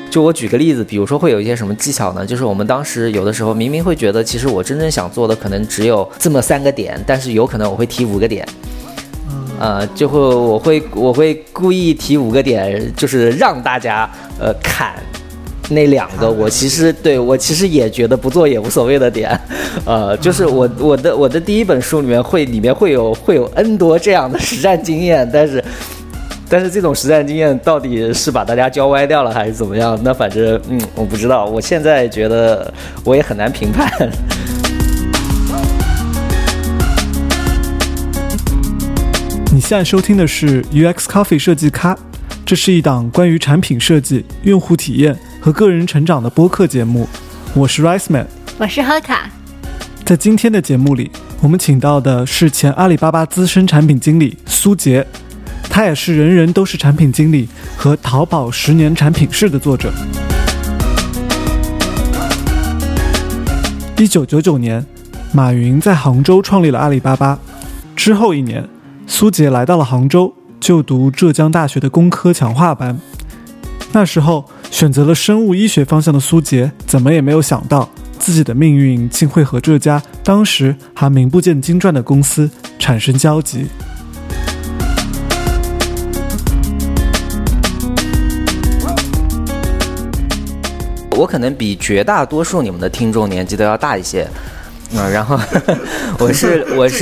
就我举个例子，比如说会有一些什么技巧呢？就是我们当时有的时候明明会觉得，其实我真正想做的可能只有这么3个点，但是有可能我会提5个点。就会我会故意提5个点，就是让大家砍那2个我其实也觉得不做也无所谓的点。就是我的第一本书里面会有 N 多这样的实战经验，但是这种实战经验到底是把大家教歪掉了还是怎么样？那反正我不知道，我现在觉得我也很难评判。 你现在收听的是 UX Coffee 设计咖，这是一档关于产品设计、用户体验和个人成长的播客节目。我是 Riceman， 我是贺卡。 在今天的节目里，我们请到的是前阿里巴巴资深产品经理苏杰，他也是人人都是产品经理和淘宝10年产品史的作者。1999年，马云在杭州创立了阿里巴巴，之后1年，苏杰来到了杭州，就读浙江大学的工科强化班。那时候选择了生物医学方向的苏杰，怎么也没有想到自己的命运竟会和这家当时还名不见经传的公司产生交集。 我可能比绝大多数你们的听众年纪都要大一些。然后我是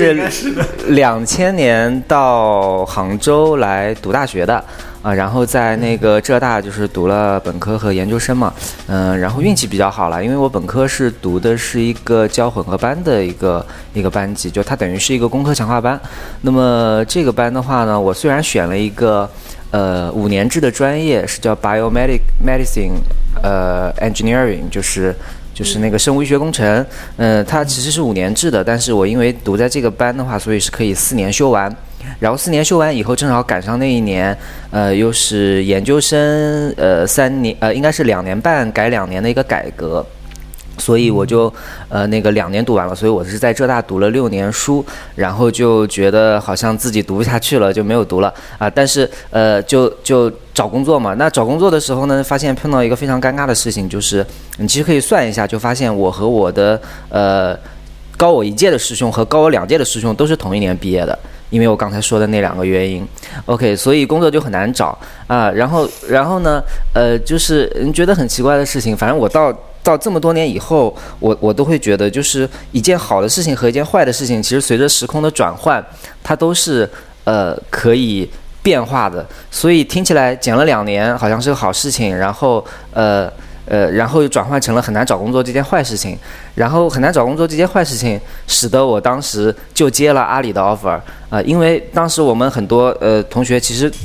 2000年到杭州来读大学的然后在那个浙大就是读了本科和研究生嘛，然后运气比较好了，因为我本科是读的是一个教混合班的一个班级，就它等于是一个工科强化班。那么这个班的话呢，我虽然选了一个5年制的专业，是叫 Biomedicine Engineering， 就是那个生物医学工程，它其实是5年制的，但是我因为读在这个班的话，所以是可以4年修完。然后4年修完以后，正好赶上那一年，又是研究生3年，应该是2年半改2年的一个改革。所以我就那个2年读完了，所以我是在浙大读了6年书，然后就觉得好像自己读不下去了，就没有读了但是就找工作嘛。那找工作的时候呢，发现碰到一个非常尴尬的事情，就是你其实可以算一下，就发现我和我的高我1届的师兄和高我2届的师兄都是同一年毕业的，因为我刚才说的那2个原因。OK， 所以工作就很难找然后呢就是你觉得很奇怪的事情，反正我到这么多年以后，我都会觉得，就是一件好的事情和一件坏的事情，其实随着时空的转换，它都是可以变化的。所以听起来减了2年好像是个好事情，然后又转换成了很难找工作这件坏事情，然后很难找工作这件坏事情，使得我当时就接了阿里的 offer因为当时我们很多同学其实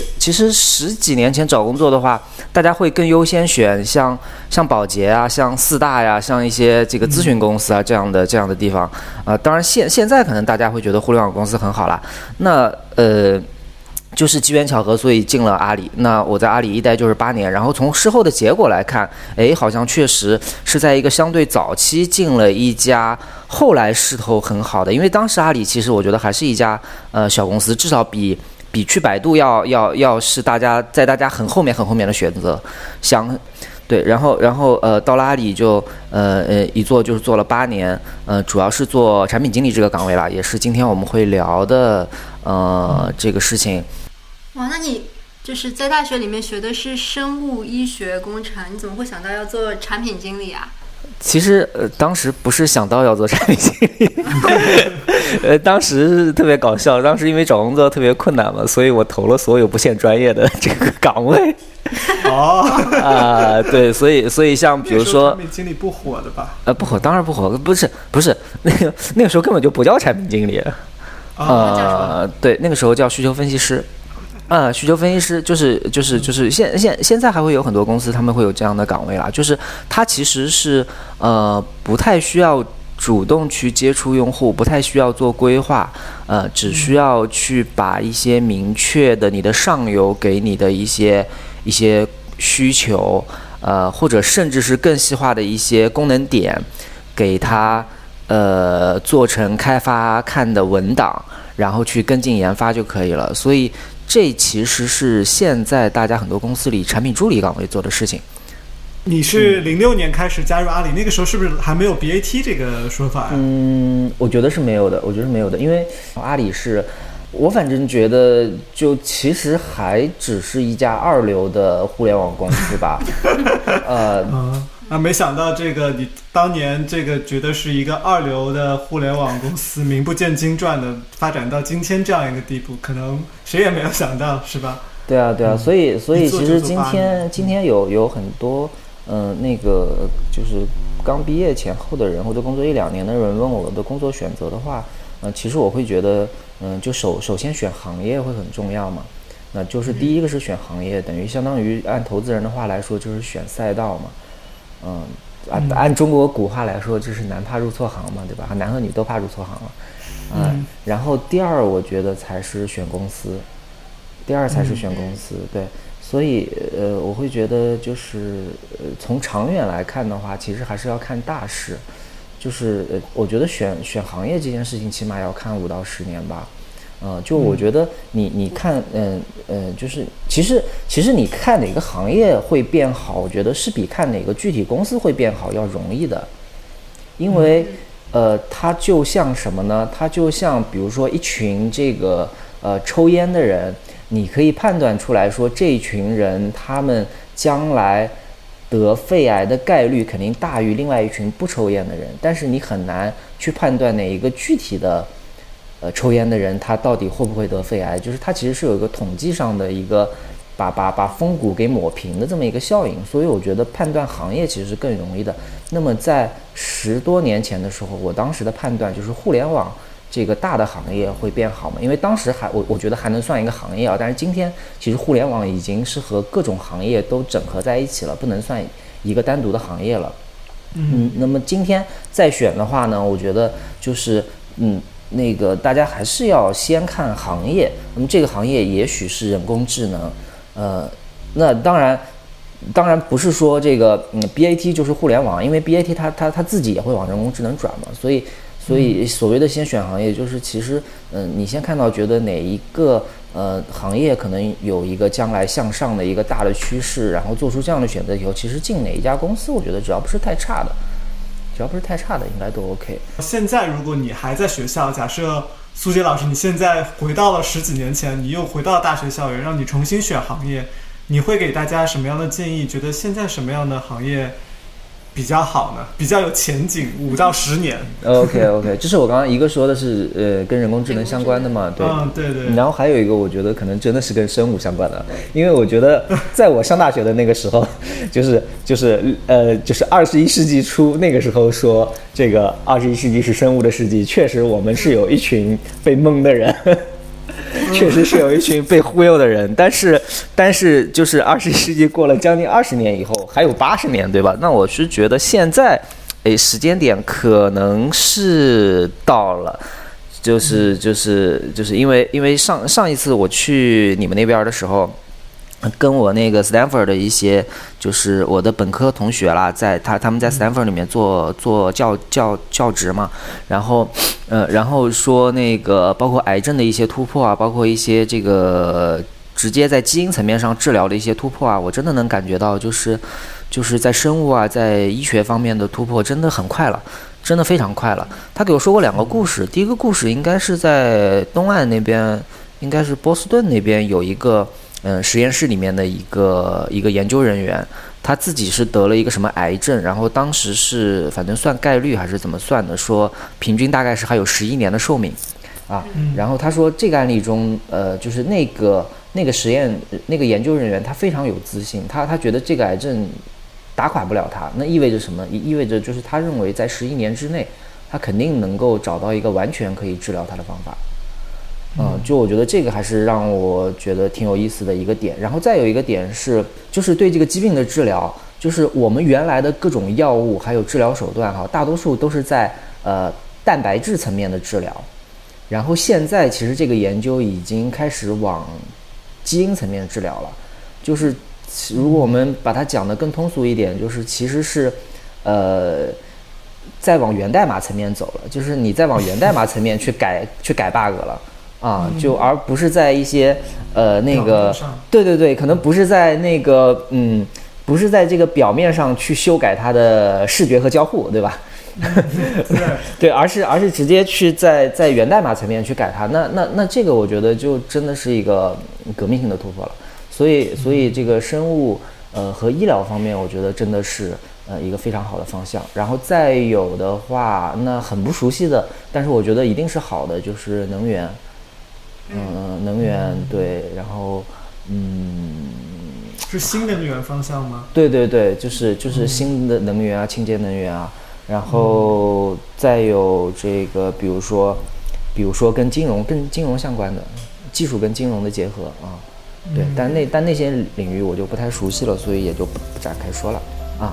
10几年前找工作的话，大家会更优先选像宝洁像四大呀，像一些这个咨询公司这样的地方当然现在可能大家会觉得互联网公司很好啦，那就是机缘巧合，所以进了阿里。那我在阿里一待就是8年，然后从事后的结果来看，好像确实是在一个相对早期进了一家后来势头很好的，因为当时阿里其实我觉得还是一家小公司，至少比去百度要是大家很后面的选择。对，然后到了阿里就一做就是做了8年，主要是做产品经理这个岗位吧，也是今天我们会聊的这个事情。 哇，那你就是在大学里面学的是生物医学工程，你怎么会想到要做产品经理啊？ 其实当时不是想到要做产品经理当时特别搞笑，当时因为找工作特别困难嘛，所以我投了所有不限专业的这个岗位对，所以像比如说产品经理不火的吧不火，当然不火，不是那个时候根本就不叫产品经理对，那个时候叫需求分析师需求分析师就是现在还会有很多公司他们会有这样的岗位啦，就是它其实是不太需要主动去接触用户，不太需要做规划只需要去把一些明确的你的上游给你的一些需求或者甚至是更细化的一些功能点给它做成开发看的文档，然后去跟进研发就可以了。所以这其实是现在大家很多公司里产品助理岗位做的事情你是06年开始加入阿里，那个时候是不是还没有 BAT 这个说法呀？ 我觉得是没有的，因为阿里是，我反正觉得就其实还只是一家2流的互联网公司吧。 没想到这个你当年这个觉得是一个2流的互联网公司，名不见经传的发展到今天这样一个地步，可能谁也没有想到，是吧？ 对啊，所以其实今天有很多那个就是刚毕业前后的人或者工作1-2年的人问我的工作选择的话，其实我会觉得就首先选行业会很重要嘛。那就是第一个是选行业，等于相当于按投资人的话来说就是选赛道嘛。按中国古话来说就是男怕入错行嘛，对吧？男和女都怕入错行了。然后第二我觉得才是选公司，对。所以我会觉得就是从长远来看的话，其实还是要看大势。就是我觉得选行业这件事情起码要看5到10年吧。就我觉得你看就是其实你看哪个行业会变好，我觉得是比看哪个具体公司会变好要容易的。因为它就像什么呢？它就像比如说一群这个抽烟的人，你可以判断出来说这一群人他们将来得肺癌的概率肯定大于另外一群不抽烟的人，但是你很难去判断哪一个具体的抽烟的人他到底会不会得肺癌，就是它其实是有一个统计上的一个把风骨给抹平的这么一个效应。所以我觉得判断行业其实是更容易的。那么在10多年前的时候，我当时的判断就是互联网这个大的行业会变好嘛，因为当时我觉得还能算一个行业啊，但是今天其实互联网已经是和各种行业都整合在一起了，不能算一个单独的行业了。那么今天再选的话呢，我觉得就是那个大家还是要先看行业。那么这个行业也许是人工智能，那当然不是说这个BAT 就是互联网，因为 BAT 它自己也会往人工智能转嘛，所以所谓的先选行业，就是其实你先看到觉得哪一个行业可能有一个将来向上的一个大的趋势，然后做出这样的选择以后，其实进哪一家公司，我觉得只要不是太差的应该都 OK。 现在如果你还在学校，假设苏杰老师你现在回到了10几年前，你又回到了大学校园，让你重新选行业，你会给大家什么样的建议？觉得现在什么样的行业比较好呢？比较有前景，5到10年。 OK， 这是我刚刚一个说的是跟人工智能相关的嘛，对，对。然后还有一个我觉得可能真的是跟生物相关的，因为我觉得在我上大学的那个时候，就是21世纪初那个时候说这个21世纪是生物的世纪，确实我们是有一群被蒙的人。确实是有一群被忽悠的人，但是就是21世纪过了将近20年以后，还有80年，对吧？那我是觉得现在，时间点可能是到了，就是因为上一次我去你们那边的时候，跟我那个 Stanford 的一些就是我的本科同学啦，他们在 Stanford 里面做教职嘛，然后说那个包括癌症的一些突破啊，包括一些这个直接在基因层面上治疗的一些突破啊，我真的能感觉到就是在生物啊，在医学方面的突破真的很快了，真的非常快了。他给我说过2个故事，第一个故事应该是在东岸那边，应该是波士顿那边有一个实验室里面的一个研究人员，他自己是得了一个什么癌症，然后当时是反正算概率还是怎么算的，说平均大概是还有11年的寿命啊。然后他说这个案例中，就是那个实验那个研究人员他非常有自信，他觉得这个癌症打垮不了他，那意味着什么？意味着就是他认为在11年之内，他肯定能够找到一个完全可以治疗他的方法。就我觉得这个还是让我觉得挺有意思的一个点。然后再有一个点是，就是对这个疾病的治疗，就是我们原来的各种药物还有治疗手段哈，大多数都是在蛋白质层面的治疗，然后现在其实这个研究已经开始往基因层面治疗了。就是如果我们把它讲得更通俗一点，就是其实是再往源代码层面走了，就是你再往源代码层面去改 bug 了。就而不是在一些那个对，可能不是在那个不是在这个表面上去修改它的视觉和交互，对吧？对，而是直接去在源代码层面去改它，那这个我觉得就真的是一个革命性的突破了。所以这个生物和医疗方面，我觉得真的是一个非常好的方向。然后再有的话，那很不熟悉的，但是我觉得一定是好的，就是能源，能源对，然后是新能源方向吗？ 对，就是新的能源啊，清洁能源啊。然后再有这个，比如说跟金融相关的技术跟金融的结合啊，对，但那些领域我就不太熟悉了，所以也就不展开说了啊。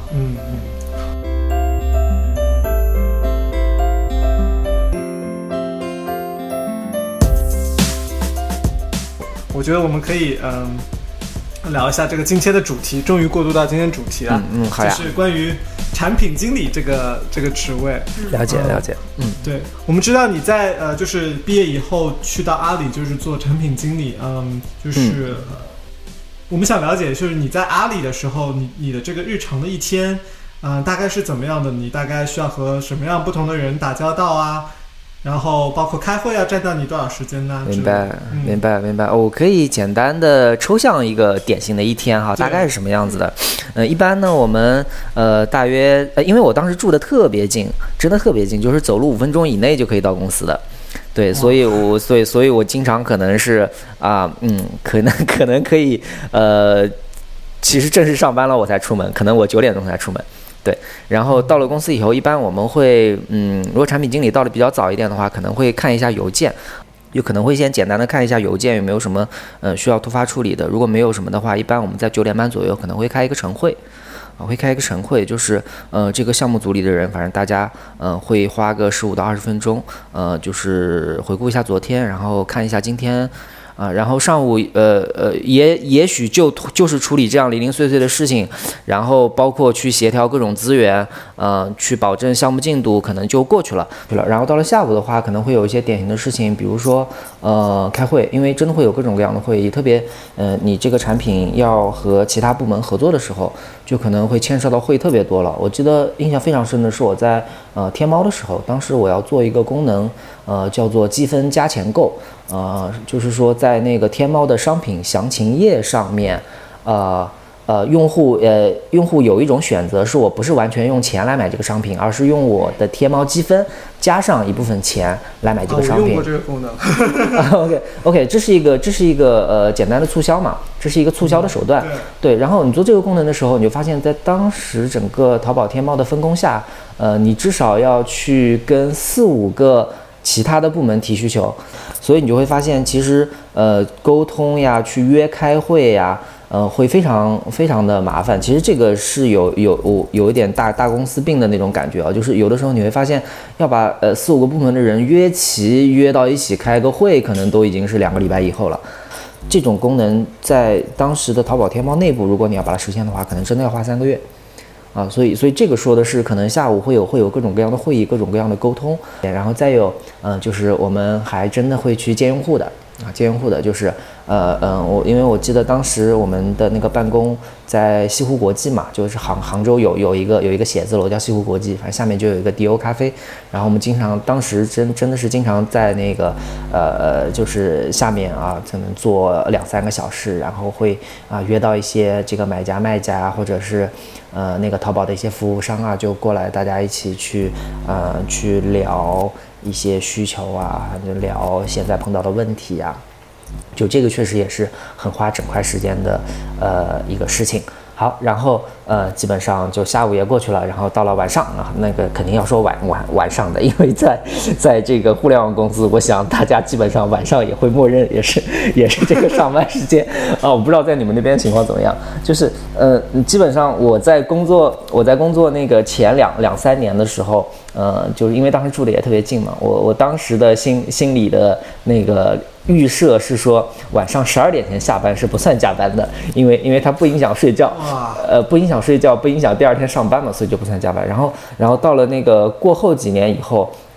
我觉得我们可以聊一下这个今天的主题，终于过渡到今天主题了。 好呀， 就是关于产品经理这个职位。 了解。 对，我们知道你在就是毕业以后去到阿里，就是做产品经理。就是我们想了解，就是你在阿里的时候，你的这个日常的一天，大概是怎么样的？你大概需要和什么样不同的人打交道啊？然后包括开会占到你多少时间呢？ 明白。我可以简单的抽象一个典型的一天哈，大概是什么样子的？一般呢，我们大约因为我当时住的特别近，真的特别近，就是走路5分钟以内就可以到公司的。对，所以我经常可能是可能可以其实正式上班了我才出门，可能我9点钟才出门。对，然后到了公司以后，一般我们会如果产品经理到的比较早一点的话，可能会看一下邮件，有可能会先简单的看一下邮件有没有什么需要突发处理的。如果没有什么的话，一般我们在9点半左右可能会开一个晨会，就是这个项目组里的人，反正大家会花个15到20分钟，就是回顾一下昨天，然后看一下今天。然后上午也许就是处理这样零零碎碎的事情，然后包括去协调各种资源，去保证项目进度，可能就过去了。然后到了下午的话，可能会有一些典型的事情，比如说开会，因为真的会有各种各样的会议，特别你这个产品要和其他部门合作的时候，就可能会牵涉到会特别多了。我记得印象非常深的是我在天猫的时候，当时我要做一个功能，叫做积分加钱购。就是说在那个天猫的商品详情页上面，用户有一种选择，是我不是完全用钱来买这个商品，而是用我的天猫积分加上一部分钱来买这个商品。 我用过这个功能。 OK， 这是一个简单的促销嘛，这是一个促销的手段。对，然后你做这个功能的时候，你就发现在当时整个淘宝天猫的分工下，你至少要去跟4-5个其他的部门提需求，所以你就会发现其实沟通呀，去约开会呀，会非常非常的麻烦。其实这个是有一点大公司病的那种感觉啊，就是有的时候你会发现要把4-5个部门的人约到一起开个会，可能都已经是2个礼拜以后了。这种功能在当时的淘宝天猫内部，如果你要把它实现的话，可能真的要花3个月。所以这个说的是可能下午会有各种各样的会议，各种各样的沟通，然后再有就是我们还真的会去见用户的就是因为我记得当时我们的那个办公在西湖国际嘛，就是杭州有一个写字楼叫西湖国际，反正下面就有一个迪欧咖啡，然后我们经常当时真的是经常在那个就是下面可能坐2-3个小时，然后会约到一些这个买家卖家或者是那个淘宝的一些服务商就过来，大家一起去聊一些需求就聊现在碰到的问题就这个确实也是很花整块时间的一个事情。好，然后基本上就下午也过去了，然后到了晚上那个肯定要说晚上的，因为在这个互联网公司，我想大家基本上晚上也会默认也是这个上班时间我不知道在你们那边情况怎么样，就是基本上我在工作那个前2-3年的时候，就是因为当时住的也特别近嘛，我当时的心里的那个预设是说晚上12点前下班是不算加班的，因为它不影响睡觉，不影响睡觉，不影响第二天上班嘛，所以就不算加班。然后到了那个过后几年以后，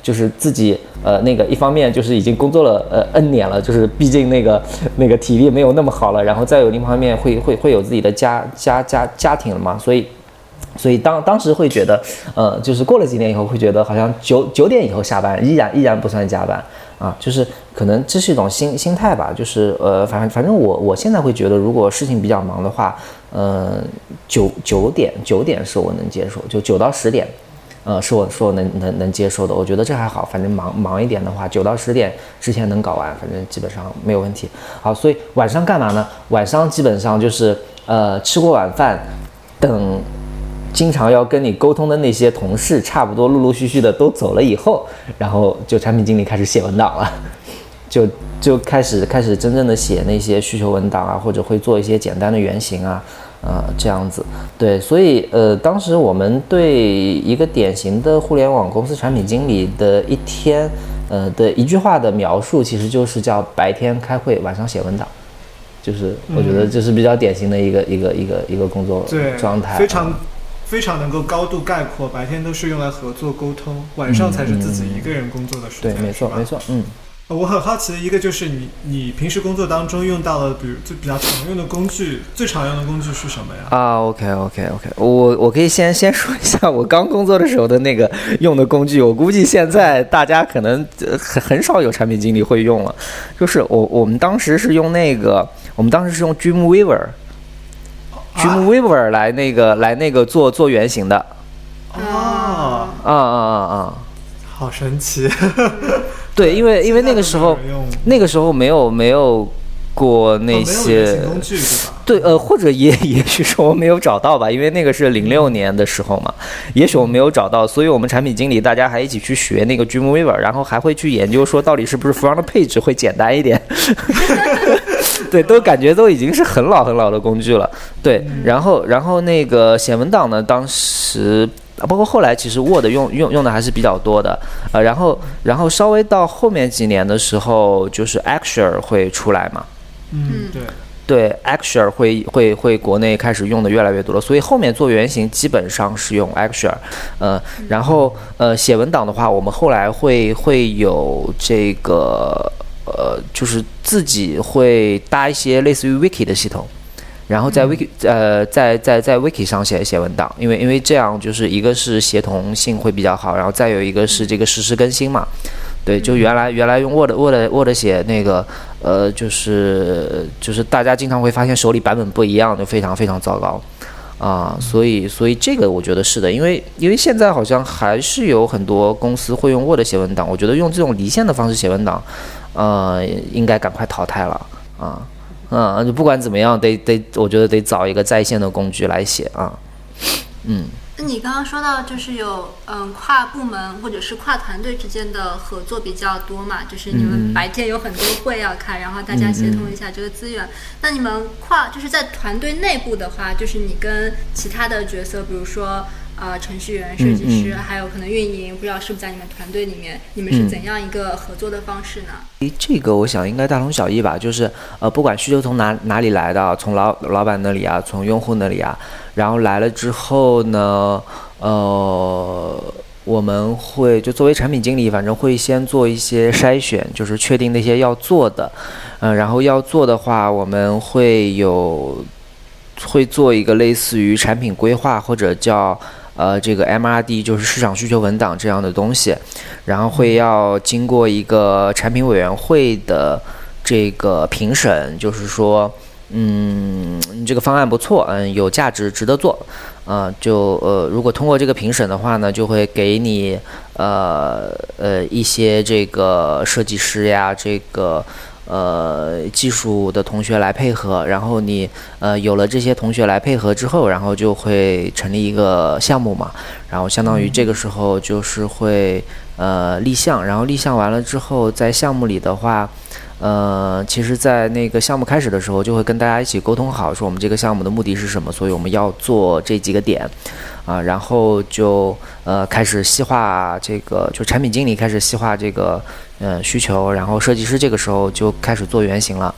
就是自己那个一方面就是已经工作了N 年了，就是毕竟那个体力没有那么好了，然后再有另一方面会有自己的家庭了嘛，所以当时会觉得就是过了几年以后会觉得好像九点以后下班依然不算加班啊，就是可能这是一种心态吧，就是反正我现在会觉得，如果事情比较忙的话，九点是我能接受，就9到10点。是我能接受的，我觉得这还好，反正忙一点的话，9到10点之前能搞完，反正基本上没有问题。好，所以晚上干嘛呢？晚上基本上就是吃过晚饭，等经常要跟你沟通的那些同事差不多陆陆续续的都走了以后，然后就产品经理开始写文档了，就开始真正的写那些需求文档啊，或者会做一些简单的原型啊。这样子，对，所以当时我们对一个典型的互联网公司产品经理的一天，的一句话的描述，其实就是叫白天开会，晚上写文档，就是我觉得这是比较典型的一个工作状态， 非常能够高度概括，白天都是用来合作沟通，晚上才是自己一个人工作的时间。 对，没错， 我很好奇的一个就是你平时工作当中用到的，比如最比较常用的工具，最常用的工具是什么呀 ？OK， 我可以先说一下我刚工作的时候的那个用的工具，我估计现在大家可能很少有产品经理会用了，就是我们当时是用Dreamweaver 来那个做原型的。 好神奇。 对，因为那个时候没有过那些工具，对吧？ 对，或者也许说我没有找到吧，因为那个是06年的时候嘛，也许我没有找到，所以我们产品经理大家还一起去学那个 Dreamweaver， 然后还会去研究说到底是不是 front page 会简单一点。对，都感觉都已经是很老的工具了。对，然后那个写文档呢，当时。包括后来其实 Word 用的还是比较多的，然后稍微到后面几年的时候，就是 Axure 会出来嘛，对 Axure 会国内开始用的越来越多了，所以后面做原型基本上是用 Axure，然后写文档的话，我们后来会有这个就是自己会搭一些类似于 Wiki 的系统。然后在 Wiki 在 Wiki 上写文档，因为这样就是一个是协同性会比较好，然后再有一个是这个实时更新嘛。对，就原来用 Word 写那个就是大家经常会发现手里版本不一样，就非常非常糟糕啊。所以这个我觉得是的，因为现在好像还是有很多公司会用 Word 写文档，我觉得用这种离线的方式写文档，应该赶快淘汰了啊。就不管怎么样，我觉得得找一个在线的工具来写啊。 那你刚刚说到就是有跨部门或者是跨团队之间的合作比较多嘛，就是你们白天有很多会要开，然后大家协同一下这个资源。那你们就是在团队内部的话，就是你跟其他的角色，比如说程序员、设计师，还有可能运营，不知道是不是在你们团队里面，你们是怎样一个合作的方式呢？ 这个我想应该大同小异吧，就是不管需求从哪里来的，从老板那里啊，从用户那里啊，然后来了之后呢，我们会就作为产品经理，反正会先做一些筛选，就是确定那些要做的，然后要做的话，我们会做一个类似于产品规划或者叫这个 MRD 就是市场需求文档这样的东西，然后会要经过一个产品委员会的这个评审，就是说你这个方案不错，有价值，值得做，如果通过这个评审的话呢，就会给你一些这个设计师呀，这个技术的同学来配合，然后你有了这些同学来配合之后，然后就会成立一个项目嘛，然后相当于这个时候就是会立项，然后立项完了之后，在项目里的话。其实在那个项目开始的时候，就会跟大家一起沟通好，说我们这个项目的目的是什么，所以我们要做这几个点，然后就开始细化这个，就产品经理开始细化这个需求，然后设计师这个时候就开始做原型了，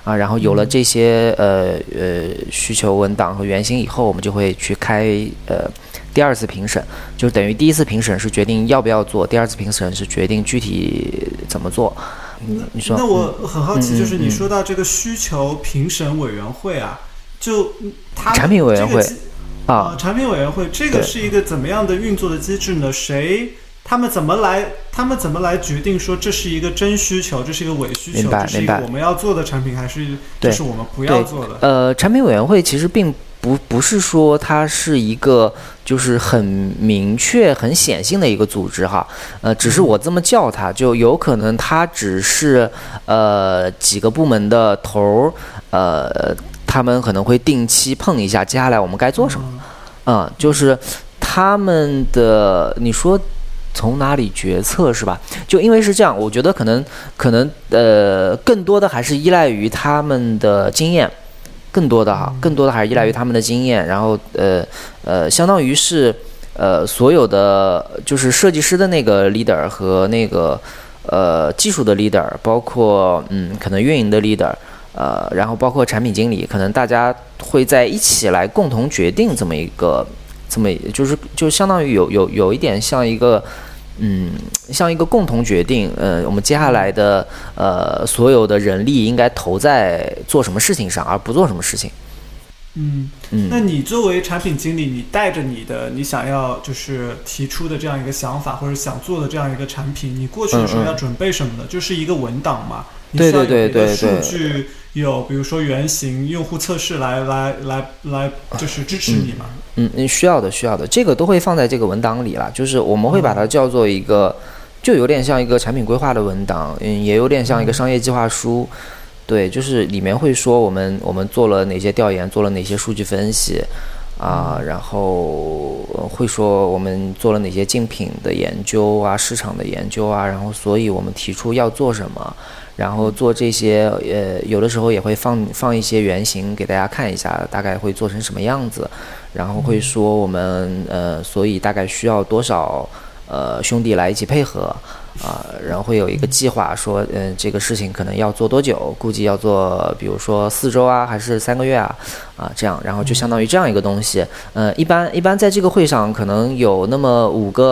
啊，然后有了这些需求文档和原型以后，我们就会去开第二次评审，就等于第一次评审是决定要不要做，第二次评审是决定具体怎么做。你说？ 那我很好奇，就是你说到这个需求评审委员会啊，就它产品委员会产品委员会这个是一个怎么样的运作的机制呢？他们怎么来决定说这是一个真需求，这是一个伪需求，这是一个我们要做的产品，还是这是我们不要做的？ 产品委员会其实并不是说它是一个就是很明确、很显性的一个组织哈，只是我这么叫它，就有可能它只是几个部门的头他们可能会定期碰一下，接下来我们该做什么，就是他们的你说。从哪里决策是吧？就因为是这样，我觉得可能更多的还是依赖于他们的经验，更多的还是依赖于他们的经验。然后相当于是所有的就是设计师的那个 leader 和那个技术的 leader， 包括可能运营的 leader， 然后包括产品经理，可能大家会在一起来共同决定这么就相当于有一点像一个共同决定，我们接下来的所有的人力应该投在做什么事情上，而不做什么事情。 那你作为产品经理，你带着你想要就是提出的这样一个想法或者想做的这样一个产品，你过去的时候要准备什么呢？就是一个文档嘛，你需要有一个数据，有比如说原型、用户测试来就是支持你嘛。 需要的，这个都会放在这个文档里啦。就是我们会把它叫做一个，就有点像一个产品规划的文档，也有点像一个商业计划书。对，就是里面会说我们做了哪些调研，做了哪些数据分析然后会说我们做了哪些竞品的研究啊，市场的研究啊，然后所以我们提出要做什么。然后做这些，有的时候也会放一些原型给大家看一下，大概会做成什么样子，然后会说我们所以大概需要多少兄弟来一起配合然后会有一个计划说，这个事情可能要做多久，估计要做，比如说4周啊，还是3个月这样，然后就相当于这样一个东西。一般在这个会上可能有那么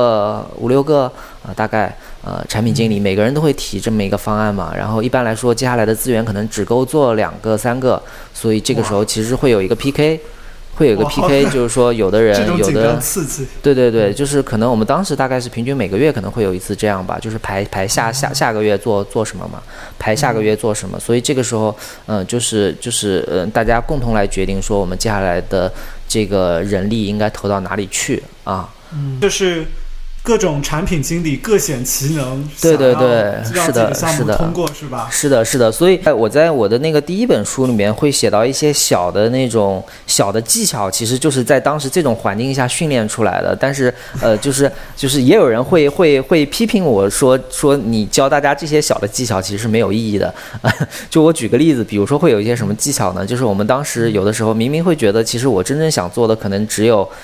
5、6个大概产品经理每个人都会提这么一个方案嘛，然后一般来说接下来的资源可能只够做2个、3个，所以这个时候其实会有一个 PK。就是说有的人有的刺激， 对，就是可能我们当时大概是平均每个月可能会有一次这样吧，就是排下个月做什么嘛，排下个月做什么，所以这个时候就是大家共同来决定说我们接下来的这个人力应该投到哪里去就是各种产品经理各显其能， 对， 是的，项目通过是吧？ 是的，所以我在我的那个第一本书里面会写到一些小的那种小的技巧，其实就是在当时这种环境下训练出来的。但是就是也有人会批评我说你教大家这些小的技巧其实是没有意义的。就我举个例子，比如说会有一些什么技巧呢？就是我们当时有的时候明明会觉得，其实我真正想做的可能只有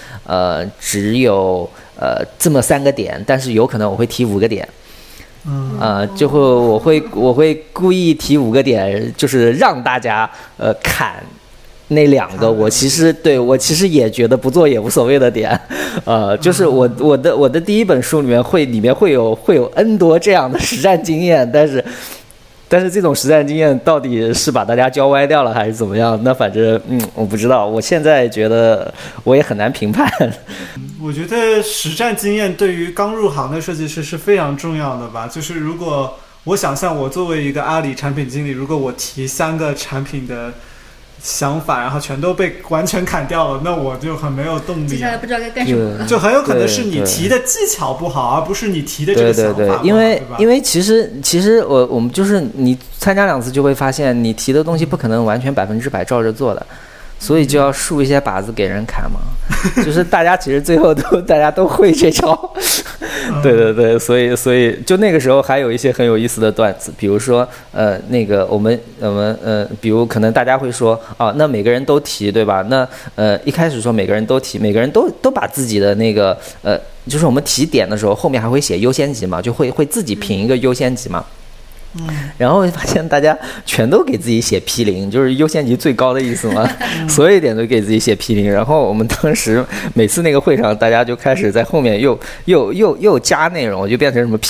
这么3个点，但是有可能我会提5个点，就会我会故意提5个点，就是让大家砍那2个我其实也觉得不做也无所谓的点，就是我的第一本书里面会有 N 多这样的实战经验，但是这种实战经验到底是把大家教歪掉了还是怎么样？那反正我不知道，我现在觉得我也很难评判。 我觉得实战经验对于刚入行的设计师是非常重要的吧。就是如果我想象我作为一个阿里产品经理，如果我提3个产品的想法，然后全都被完全砍掉了，那我就很没有动力， 接下来不知道该干什么了。 就很有可能是你提的技巧不好，而不是你提的这个想法不好。 因为其实我们就是你参加2次就会发现，你提的东西不可能完全100%照着做的，所以就要竖一些靶子给人砍嘛。就是大家其实最后大家都会这招。对，所以就那个时候还有一些很有意思的段子，比如说那个我们比如可能大家会说那每个人都提对吧？那一开始说每个人都提，每个人都把自己的那个就是我们提点的时候后面还会写优先级嘛，就会自己评一个优先级嘛。 然后发现大家全都给自己写P0，就是优先级最高的意思嘛，所有一点都给自己写P0。然后我们当时每次那个会上，大家就开始在后面又加内容，就变成什么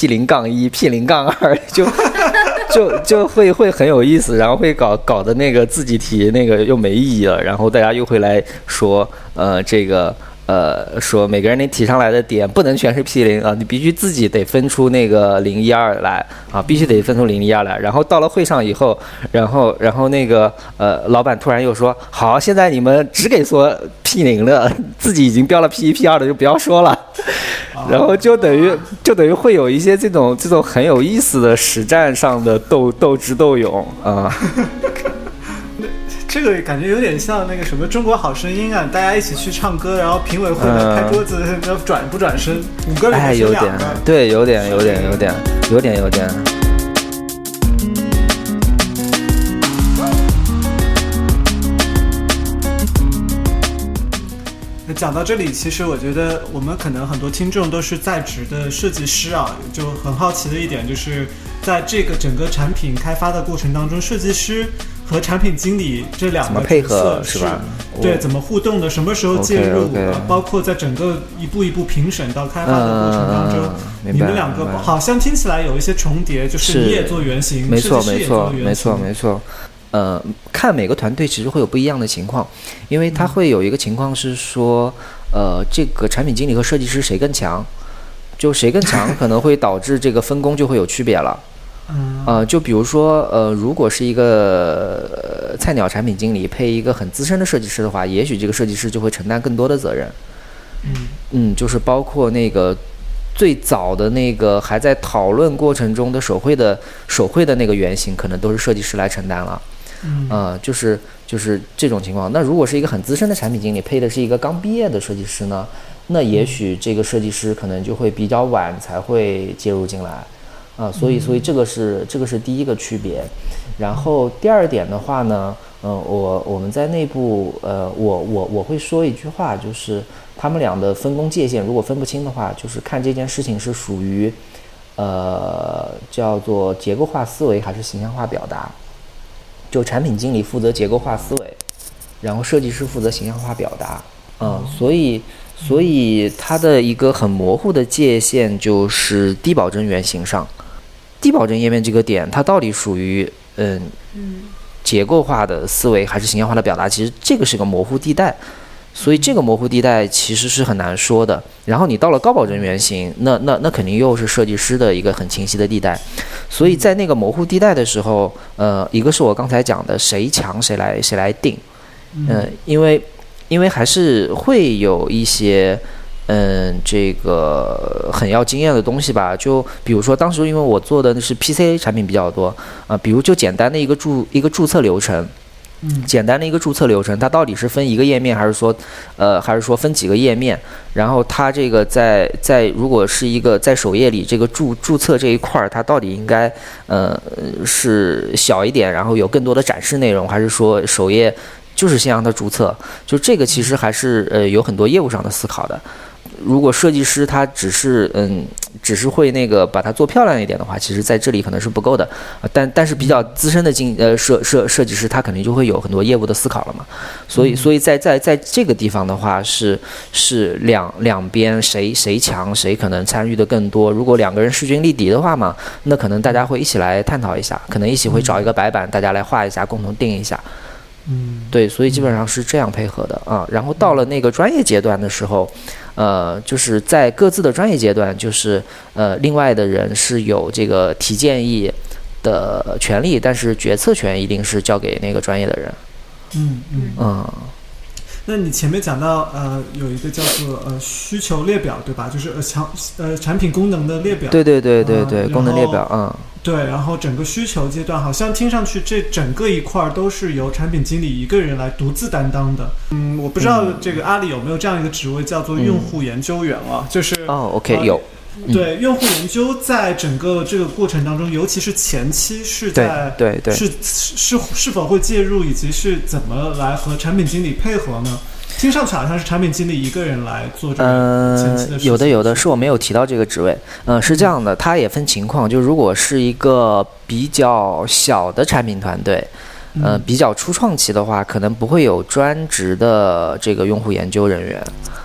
P0-1、P0-2，就会很有意思，然后会搞的那个自己题那个又没意义了，然后大家又会来说这个。说每个人你提上来的点不能全是P0啊，你必须自己得分出那个012来啊，必须得分出012来。然后到了会上以后，然后那个老板突然又说，好，现在你们只给说P0的，自己已经标了P1、P2的就不要说了。然后就等于会有一些这种很有意思的实战上的斗智斗勇啊。 这个感觉有点像那个什么中国好声音啊，大家一起去唱歌，然后评委会来拍桌子，转不转身，5个里面选2个， 对，有点。 讲到这里，其实我觉得我们可能很多听众都是在职的设计师啊，就很好奇的一点就是，在这个整个产品开发的过程当中，设计师和产品经理这两个配合是吧？ 对，怎么互动的？什么时候介入？包括在整个一步一步评审到开发的过程当中，你们两个好像听起来有一些重叠，就是你也做原型， 没错，看每个团队其实会有不一样的情况，因为它会有一个情况是说，这个产品经理和设计师谁更强，就谁更强可能会导致这个分工就会有区别了。就比如说，如果是一个菜鸟产品经理配一个很资深的设计师的话，也许这个设计师就会承担更多的责任。就是包括那个最早的那个还在讨论过程中的手绘的那个原型，可能都是设计师来承担了。就是这种情况。那如果是一个很资深的产品经理配的是一个刚毕业的设计师呢，那也许这个设计师可能就会比较晚才会介入进来。所以这个是第一个区别。然后第二点的话呢，我们在内部，我会说一句话，就是他们俩的分工界限如果分不清的话，就是看这件事情是属于叫做结构化思维还是形象化表达。就产品经理负责结构化思维，然后设计师负责形象化表达。所以它的一个很模糊的界限就是低保真原型上，低保真页面这个点，它到底属于结构化的思维还是形象化的表达？其实这个是个模糊地带，所以这个模糊地带其实是很难说的。然后你到了高保真原型，那肯定又是设计师的一个很清晰的地带。所以在那个模糊地带的时候，一个是我刚才讲的谁强谁来定，因为还是会有一些这个很要经验的东西吧。就比如说当时因为我做的是 PC 产品比较多比如就简单的一个注册流程。简单的一个注册流程，它到底是分一个页面，还是说分几个页面？然后它这个在如果是一个在首页里这个注册这一块，它到底应该是小一点，然后有更多的展示内容，还是说首页就是先让它注册？就这个其实还是有很多业务上的思考的。如果设计师他只是会那个把它做漂亮一点的话，其实在这里可能是不够的。但是比较资深的设计师他肯定就会有很多业务的思考了嘛。所以在这个地方的话是两边谁强谁可能参与的更多。如果两个人势均力敌的话嘛，那可能大家会一起来探讨一下，可能一起会找一个白板，大家来画一下，共同定一下。对，所以基本上是这样配合的啊。然后到了那个专业阶段的时候，就是在各自的专业阶段，就是另外的人是有这个提建议的权利，但是决策权一定是交给那个专业的人。 那你前面讲到有一个叫做需求列表，对吧？就是产品功能的列表。对，功能列表对， 然后整个需求阶段好像听上去这整个一块都是由产品经理一个人来独自担当的。我不知道这个阿里有没有这样一个职位叫做用户研究员啊？就是 OK 有。 对，用户研究在整个这个过程当中，尤其是前期是在是否会介入，以及是怎么来和产品经理配合呢？ 听上去好像是产品经理一个人来做这个前期的事情。 有的是我没有提到这个职位。是这样的，它也分情况，就如果是一个比较小的产品团队，比较初创期的话，可能不会有专职的这个用户研究人员。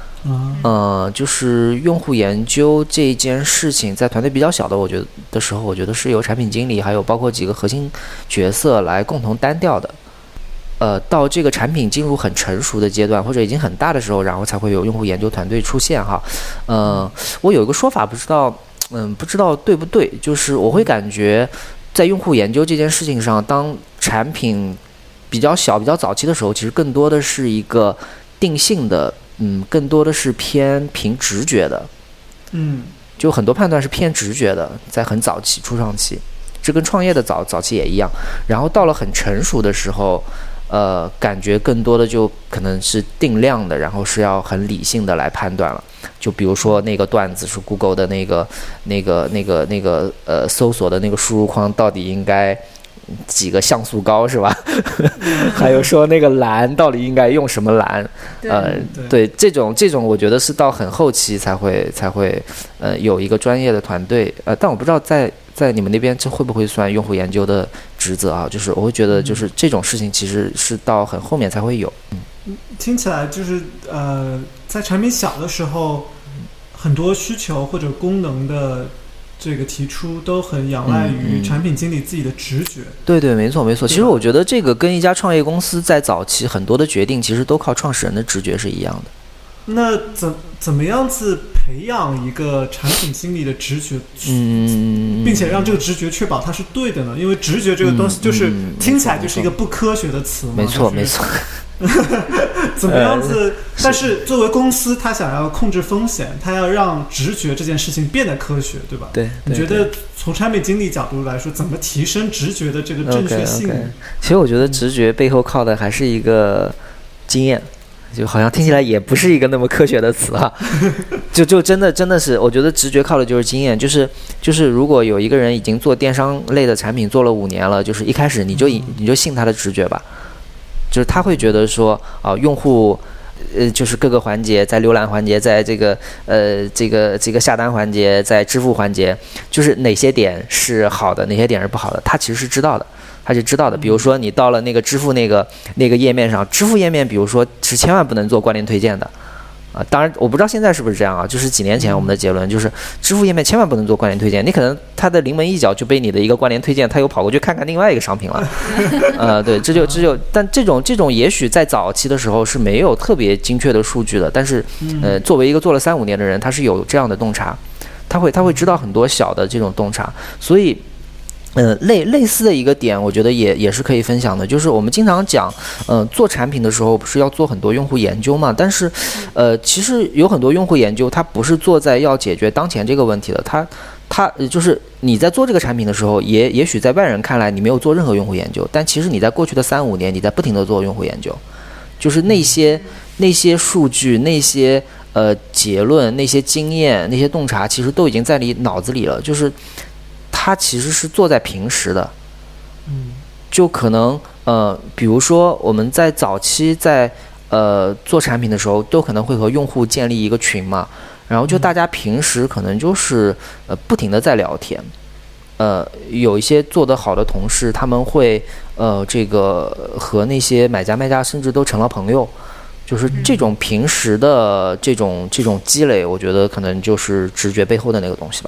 就是用户研究这件事情，在团队比较小的我觉得是由产品经理还有包括几个核心角色来共同单调的。到这个产品进入很成熟的阶段或者已经很大的时候，然后才会有用户研究团队出现哈。我有一个说法，不知道对不对，就是我会感觉在用户研究这件事情上，当产品比较小比较早期的时候，其实更多的是一个定性的，更多的是偏凭直觉的，就很多判断是偏直觉的，在很早期初创期，这跟创业的早期也一样。然后到了很成熟的时候，感觉更多的就可能是定量的，然后是要很理性的来判断了。就比如说那个段子是 Google 的那个搜索的那个输入框到底应该几个像素高是吧？还有说那个蓝到底应该用什么蓝？对，这种我觉得是到很后期才会有一个专业的团队。但我不知道在你们那边这会不会算用户研究的职责啊？就是我会觉得就是这种事情其实是到很后面才会有。 听起来就是在产品小的时候，很多需求或者功能的这个提出都很仰赖于产品经理自己的直觉。对， 没错。其实我觉得这个跟一家创业公司在早期很多的决定其实都靠创始人的直觉是一样的。 那怎么样子培养一个产品经理的直觉，并且让这个直觉确保它是对的呢？因为直觉这个东西就是听起来就是一个不科学的词嘛。 没错。 怎么样子？但是作为公司，他想要控制风险，他要让直觉这件事情变得科学，对吧？ 对。 你觉得从产品经理角度来说，怎么提升直觉的这个正确性？ 其实我觉得直觉背后靠的还是一个经验。就好像听起来也不是一个那么科学的词哈，就真的是，我觉得直觉靠的就是经验，就是如果有一个人已经做电商类的产品做了5年了，就是一开始你就信他的直觉吧，就是他会觉得说用户就是各个环节，在浏览环节，在这个下单环节，在支付环节，就是哪些点是好的，哪些点是不好的，他其实是知道的。比如说你到了那个支付那个页面上，支付页面比如说是千万不能做关联推荐的当然我不知道现在是不是这样啊，就是几年前我们的结论就是支付页面千万不能做关联推荐，你可能它的临门一脚就被你的一个关联推荐他又跑过去看看另外一个商品了对，这就但这种也许在早期的时候是没有特别精确的数据的，但是作为一个做了3-5年的人，他是有这样的洞察，他会知道很多小的这种洞察，所以类似的一个点，我觉得也是可以分享的，就是我们经常讲，做产品的时候不是要做很多用户研究嘛？但是，其实有很多用户研究，它不是做在要解决当前这个问题的，它就是你在做这个产品的时候，也许在外人看来你没有做任何用户研究，但其实你在过去的3-5年，你在不停地做用户研究，就是那些数据、那些结论、那些经验、那些洞察，其实都已经在你脑子里了，就是它其实是做在平时的，就可能比如说我们在早期在做产品的时候，都可能会和用户建立一个群嘛，然后就大家平时可能就是不停的在聊天，有一些做得好的同事，他们会这个和那些买家卖家甚至都成了朋友，就是这种平时的这种积累，我觉得可能就是直觉背后的那个东西吧。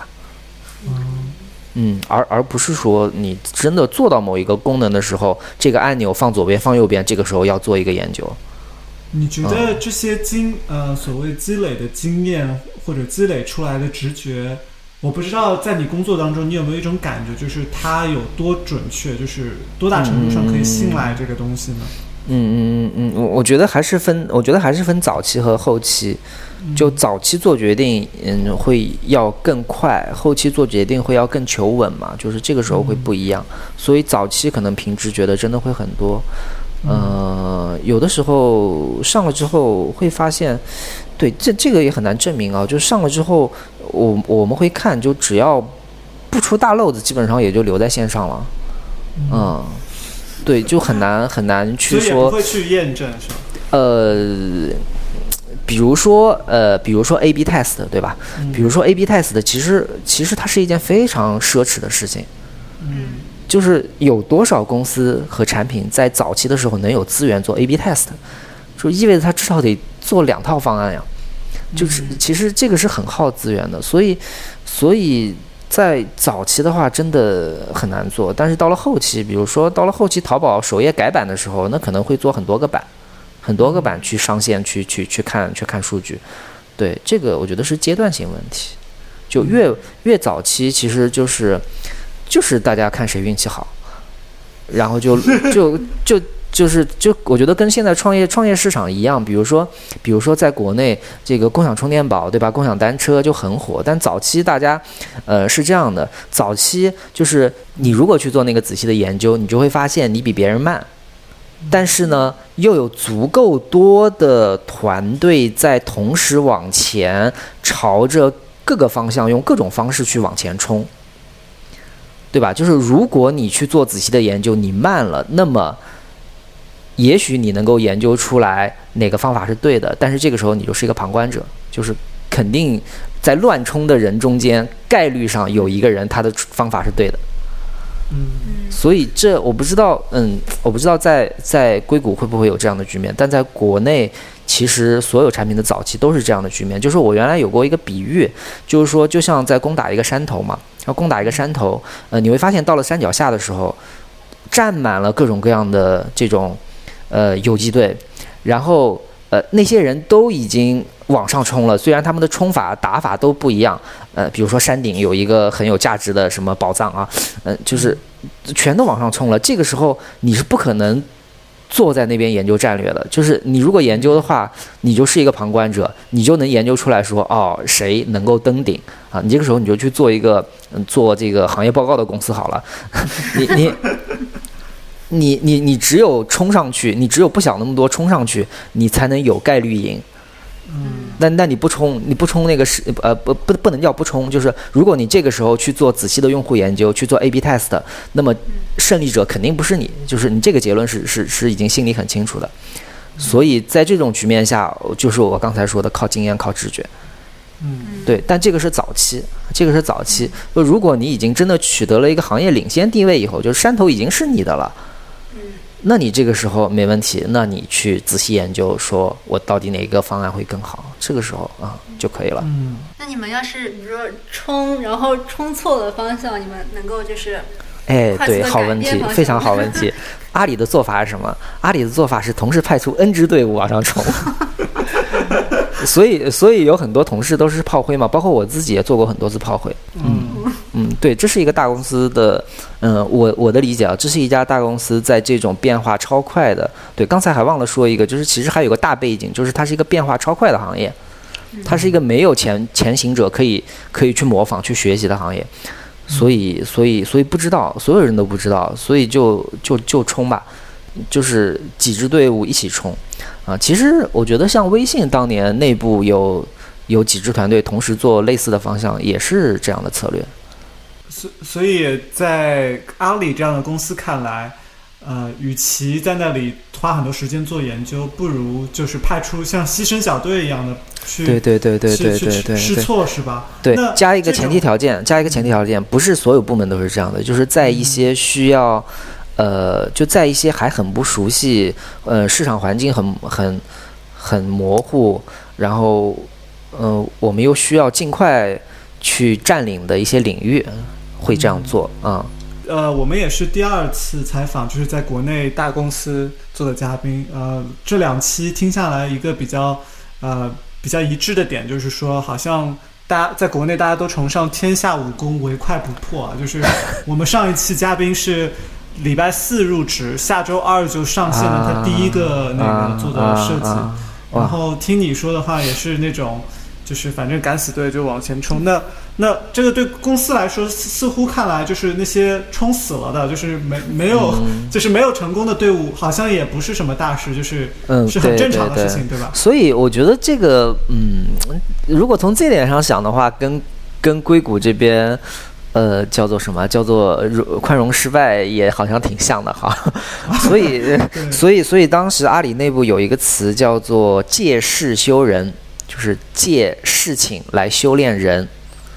而不是说你真的做到某一个功能的时候，这个按钮放左边放右边，这个时候要做一个研究。 你觉得这些所谓积累的经验或者积累出来的直觉，我不知道在你工作当中你有没有一种感觉，就是它有多准确，就是多大程度上可以信赖这个东西呢？ 我觉得还是分早期和后期。就早期做决定会要更快，后期做决定会要更求稳嘛，就是这个时候会不一样，所以早期可能凭直觉的真的会很多，有的时候上了之后会发现，对，这个也很难证明啊，就上了之后我们会看，就只要不出大漏子，基本上也就留在线上了，对，就很难去说， 所以也不会去验证是吧？ 比如说 A/B test 对吧？比如说 A/B test 其实它是一件非常奢侈的事情。就是有多少公司和产品在早期的时候能有资源做 A/B test， 就意味着它至少得做2套方案呀。就是其实这个是很耗资源的，所以在早期的话真的很难做。但是到了后期，比如说到了后期淘宝首页改版的时候，那可能会做很多个版去上线去看数据。对，这个我觉得是阶段性问题。就越早期其实就是大家看谁运气好，然后就我觉得跟现在创业市场一样，比如说在国内这个共享充电宝对吧，共享单车就很火，但早期大家是这样的，早期就是你如果去做那个仔细的研究，你就会发现你比别人慢，但是呢又有足够多的团队在同时往前，朝着各个方向用各种方式去往前冲，对吧？就是如果你去做仔细的研究，你慢了，那么也许你能够研究出来哪个方法是对的，但是这个时候你就是一个旁观者，就是肯定在乱冲的人中间，概率上有一个人他的方法是对的。所以这我不知道在硅谷会不会有这样的局面，但在国内其实所有产品的早期都是这样的局面。就是我原来有过一个比喻，就是说就像在攻打一个山头嘛，要攻打一个山头，你会发现到了山脚下的时候，站满了各种各样的这种游击队，然后那些人都已经往上冲了，虽然他们的冲法打法都不一样，比如说山顶有一个很有价值的什么宝藏啊，就是全都往上冲了。这个时候你是不可能坐在那边研究战略的，就是你如果研究的话，你就是一个旁观者，你就能研究出来说谁能够登顶啊？你这个时候你就去做一个做这个行业报告的公司好了，你只有冲上去，你只有不想那么多冲上去，你才能有概率赢。但你不冲那个是不能叫不冲，就是如果你这个时候去做仔细的用户研究，去做 A/B test， 那么胜利者肯定不是你，就是你这个结论是已经心里很清楚的。所以在这种局面下，就是我刚才说的靠经验靠直觉。对，但这个是早期。如果你已经真的取得了一个行业领先地位以后，就是山头已经是你的了，那你这个时候没问题，那你去仔细研究，说我到底哪个方案会更好，这个时候就可以了。 那你们要是比如说冲，然后冲错了方向，你们能够就是对，好问题，非常好问题。阿里的做法是什么？阿里的做法是同时派出 N 支队伍往上冲。所以有很多同事都是炮灰嘛，包括我自己也做过很多次炮灰。对，这是一个大公司的，我的理解啊，这是一家大公司在这种变化超快的。对，刚才还忘了说一个，就是其实还有个大背景，就是它是一个变化超快的行业，它是一个没有前行者可以去模仿去学习的行业，所以不知道，所有人都不知道，所以就冲吧，就是几支队伍一起冲。其实我觉得像微信当年内部有几支团队同时做类似的方向，也是这样的策略。 所以在阿里这样的公司看来，与其在那里花很多时间做研究，不如就是派出像牺牲小队一样的去对试错，是吧？ 对，加一个前提条件，不是所有部门都是这样的，就是在一些需要。就在一些还很不熟悉，市场环境很模糊，然后我们又需要尽快去占领的一些领域，会这样做啊。 我们也是第2次采访，就是在国内大公司做的嘉宾。这2期听下来，一个比较一致的点就是说，好像大家在国内大家都崇尚天下武功，唯快不破啊。就是我们上一期嘉宾是。礼拜4入职，下周2就上线了他第一个那个做的设计，然后听你说的话也是那种，就是反正敢死队就往前冲。那这个对公司来说，似乎看来就是那些冲死了的，就是没有就是没有成功的队伍，好像也不是什么大事，就是是很正常的事情， 对吧？ 所以我觉得这个如果从这点上想的话，跟硅谷这边。 叫做什么？叫做宽容失败，也好像挺像的哈。所以当时阿里内部有一个词叫做借事修人，就是借事情来修炼人。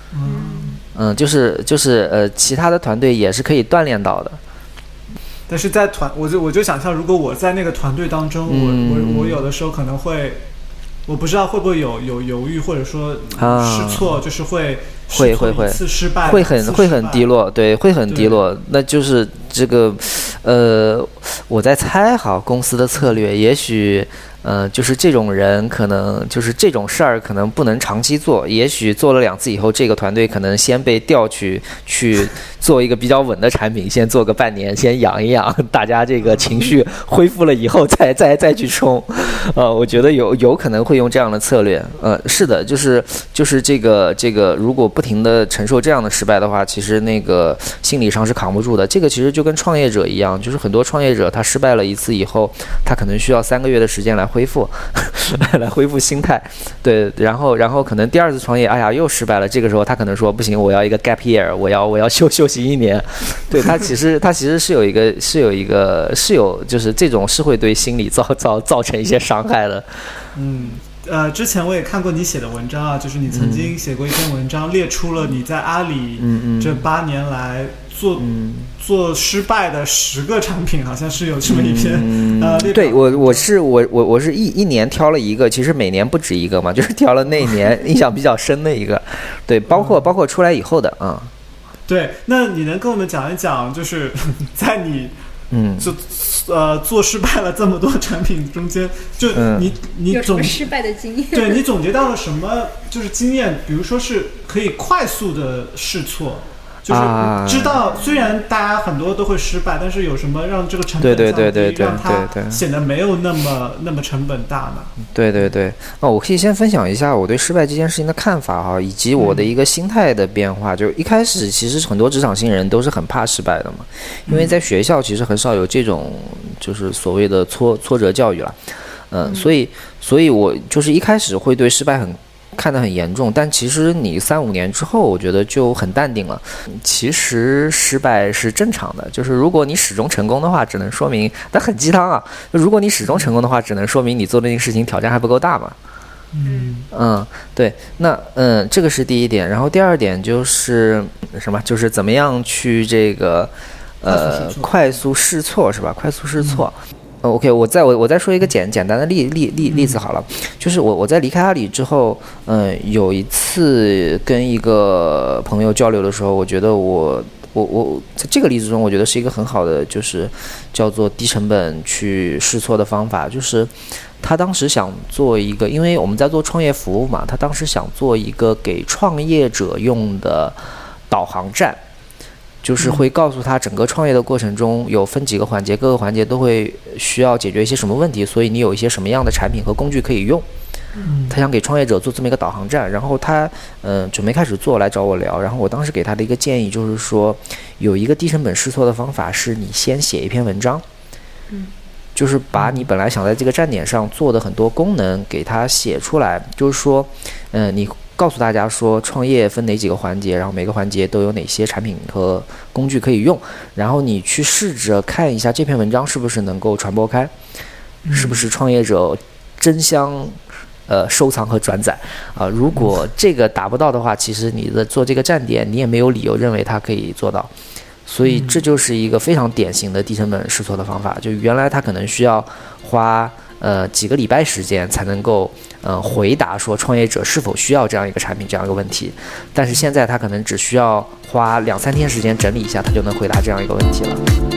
就是其他的团队也是可以锻炼到的。 但是在我就想象，如果我在那个团队当中，我有的时候可能会，我不知道会不会有犹豫，或者说试错，就是会一次失败， 会很低落，对，会很低落。那就是这个我在猜哈，公司的策略也许。就是这种人可能就是这种事儿可能不能长期做，也许做了2次以后，这个团队可能先被调去做一个比较稳的产品，先做个半年，先养一养，大家这个情绪恢复了以后再去冲。我觉得有可能会用这样的策略。是的，就是这个如果不停的承受这样的失败的话，其实那个心理上是扛不住的。这个其实就跟创业者一样，就是很多创业者他失败了1次以后，他可能需要3个月的时间来恢复心态，对，然后可能第2次创业，哎呀又失败了，这个时候他可能说不行，我要一个 gap year， 我要休息1年，对，他其实是有就是这种是会对心理造成一些伤害的。 之前我也看过你写的文章啊，就是你曾经写过一篇文章，列出了你在阿里这8年来做失败的10个产品，好像是有这么一篇对，我是一年挑了一个，其实每年不止一个嘛，就是挑了那一年印象比较深的一个，对，包括出来以后的对，那你能跟我们讲一讲，就是在你做失败了这么多产品中间，就你有什么失败的经验？ 对，你总结到了什么就是经验？比如说是可以快速的试错，就是知道虽然大家很多都会失败，但是有什么让这个成本降低，让它显得没有那么成本大呢？ 对，我可以先分享一下我对失败这件事情的看法哈，以及我的一个心态的变化。就一开始其实很多职场新人都是很怕失败的嘛，因为在学校其实很少有这种就是所谓的挫折教育了，所以我就是一开始会对失败看得很严重，但其实你3-5年之后，我觉得就很淡定了。其实失败是正常的，就是如果你始终成功的话，只能说明，但很鸡汤啊。如果你始终成功的话，只能说明你做的那个事情挑战还不够大嘛。对，那这个是第一点。然后第2点就是什么？就是怎么样去这个快速试错是吧？快速试错。OK， 我再说一个简单的例子好了，就是我在离开阿里之后，有一次跟一个朋友交流的时候，我觉得我在这个例子中，我觉得是一个很好的，就是叫做低成本去试错的方法，就是他当时想做一个，因为我们在做创业服务嘛，他当时想做一个给创业者用的导航站。就是会告诉他整个创业的过程中有分几个环节，各个环节都会需要解决一些什么问题，所以你有一些什么样的产品和工具可以用。他想给创业者做这么一个导航站，然后他准备开始做，来找我聊。然后我当时给他的一个建议就是说，有一个低成本试错的方法是你先写一篇文章，就是把你本来想在这个站点上做的很多功能给它写出来，就是说你告诉大家说创业分哪几个环节，然后每个环节都有哪些产品和工具可以用，然后你去试着看一下这篇文章是不是能够传播开，是不是创业者争相收藏和转载如果这个达不到的话，其实你的做这个站点你也没有理由认为它可以做到。所以这就是一个非常典型的低成本试错的方法，就原来他可能需要花几个礼拜时间才能够回答说创业者是否需要这样一个产品这样一个问题，但是现在他可能只需要花2-3天时间整理一下，他就能回答这样一个问题了。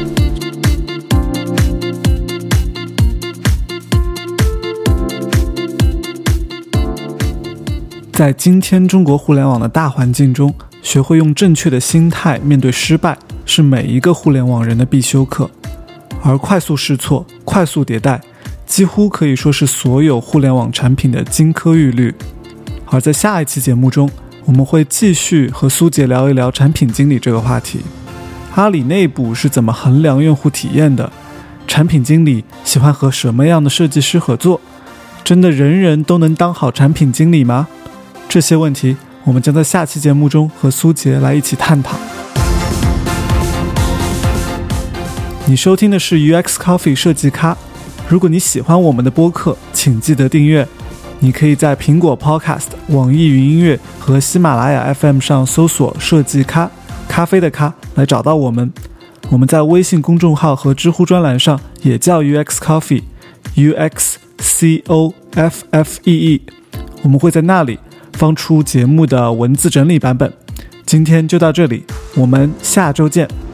在今天中国互联网的大环境中，学会用正确的心态面对失败，是每一个互联网人的必修课。而快速试错、快速迭代，几乎可以说是所有互联网产品的金科玉律。而在下一期节目中，我们会继续和苏杰聊一聊产品经理这个话题。阿里内部是怎么衡量用户体验的？产品经理喜欢和什么样的设计师合作？真的人人都能当好产品经理吗？这些问题我们将在下期节目中和苏杰来一起探讨。你收听的是 UX Coffee 设计咖，如果你喜欢我们的播客，请记得订阅。你可以在苹果 Podcast、网易云音乐和喜马拉雅 FM 上搜索设计咖，咖啡的咖，来找到我们。我们在微信公众号和知乎专栏上也叫 UX Coffee UXCOFFEE， 我们会在那里放出节目的文字整理版本。今天就到这里，我们下周见。